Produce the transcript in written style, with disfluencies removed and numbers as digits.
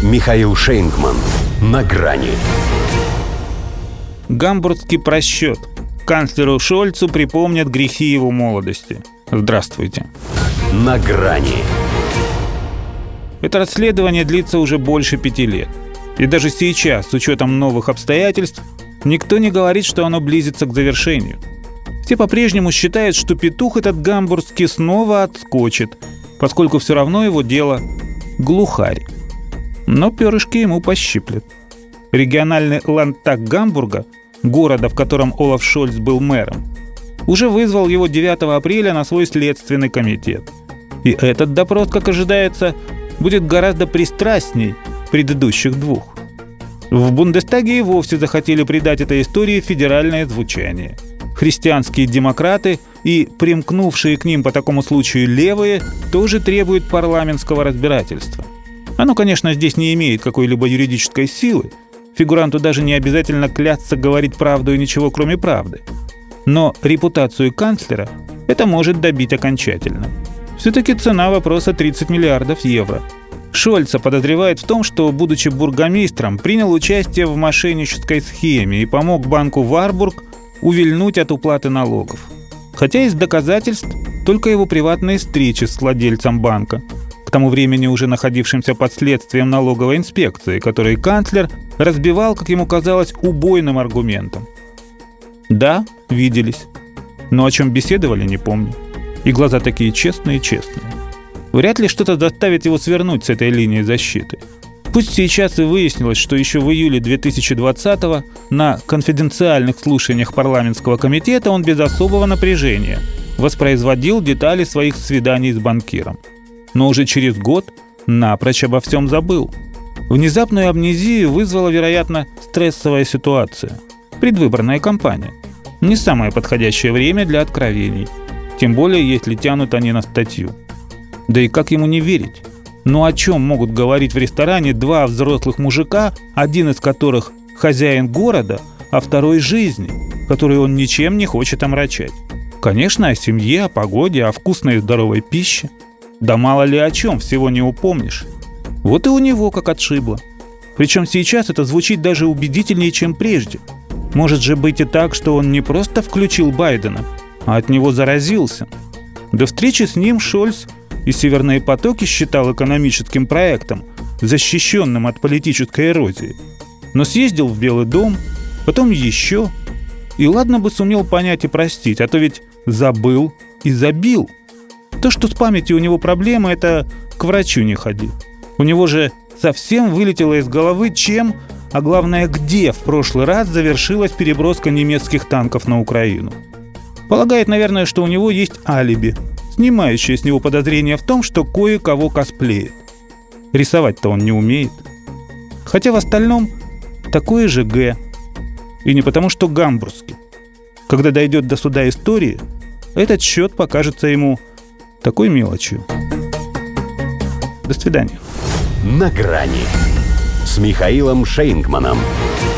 Михаил Шейнгман. На грани. Гамбургский просчет. Канцлеру Шольцу припомнят грехи его молодости. Здравствуйте. На грани. Это расследование длится уже больше 5 лет. И даже сейчас, с учетом новых обстоятельств, никто не говорит, что оно близится к завершению. Все по-прежнему считают, что петух этот гамбургский снова отскочит, поскольку все равно его дело глухарь. Но перышки ему пощиплет. Региональный ландтаг Гамбурга, города, в котором Олаф Шольц был мэром, уже вызвал его 9 апреля на свой следственный комитет. И этот допрос, как ожидается, будет гораздо пристрастней предыдущих двух. В Бундестаге и вовсе захотели придать этой истории федеральное звучание. Христианские демократы и примкнувшие к ним по такому случаю левые тоже требуют парламентского разбирательства. Оно, конечно, здесь не имеет какой-либо юридической силы. Фигуранту даже не обязательно клясться говорить правду и ничего кроме правды. Но репутацию канцлера это может добить окончательно. Все-таки цена вопроса 30 миллиардов евро. Шольца подозревают в том, что, будучи бургомистром, принял участие в мошеннической схеме и помог банку Варбург увильнуть от уплаты налогов. Хотя из доказательств только его приватные встречи с владельцем банка, к тому времени уже находившимся под следствием налоговой инспекции, которые канцлер разбивал, как ему казалось, убойным аргументом. Да, виделись, но о чем беседовали, не помню. И глаза такие честные-честные. Вряд ли что-то заставит его свернуть с этой линии защиты. Пусть сейчас и выяснилось, что еще в июле 2020-го на конфиденциальных слушаниях парламентского комитета он без особого напряжения воспроизводил детали своих свиданий с банкиром. Но уже через год напрочь обо всем забыл. Внезапную амнезию вызвала, вероятно, стрессовая ситуация. Предвыборная кампания. Не самое подходящее время для откровений. Тем более, если тянут они на статью. Да и как ему не верить? Ну о чем могут говорить в ресторане два взрослых мужика, один из которых хозяин города, а второй жизни, которую он ничем не хочет омрачать? Конечно, о семье, о погоде, о вкусной и здоровой пище. Да мало ли о чем, всего не упомнишь. Вот и у него как отшибло. Причем сейчас это звучит даже убедительнее, чем прежде. Может же быть и так, что он не просто включил Байдена, а от него заразился. До встречи с ним Шольц и «Северные потоки» считал экономическим проектом, защищенным от политической эрозии. Но съездил в Белый дом, потом еще. И ладно бы сумел понять и простить, а то ведь забыл и забил. То, что с памятью у него проблемы, это к врачу не ходи. У него же совсем вылетело из головы, чем, а главное, где в прошлый раз завершилась переброска немецких танков на Украину. Полагает, наверное, что у него есть алиби, снимающее с него подозрение в том, что кое-кого косплеит. Рисовать-то он не умеет. Хотя в остальном такое же Г. И не потому, что гамбургский. Когда дойдет до суда истории, этот счет покажется ему такой мелочью. До свидания. На грани с Михаилом Шейнгманом.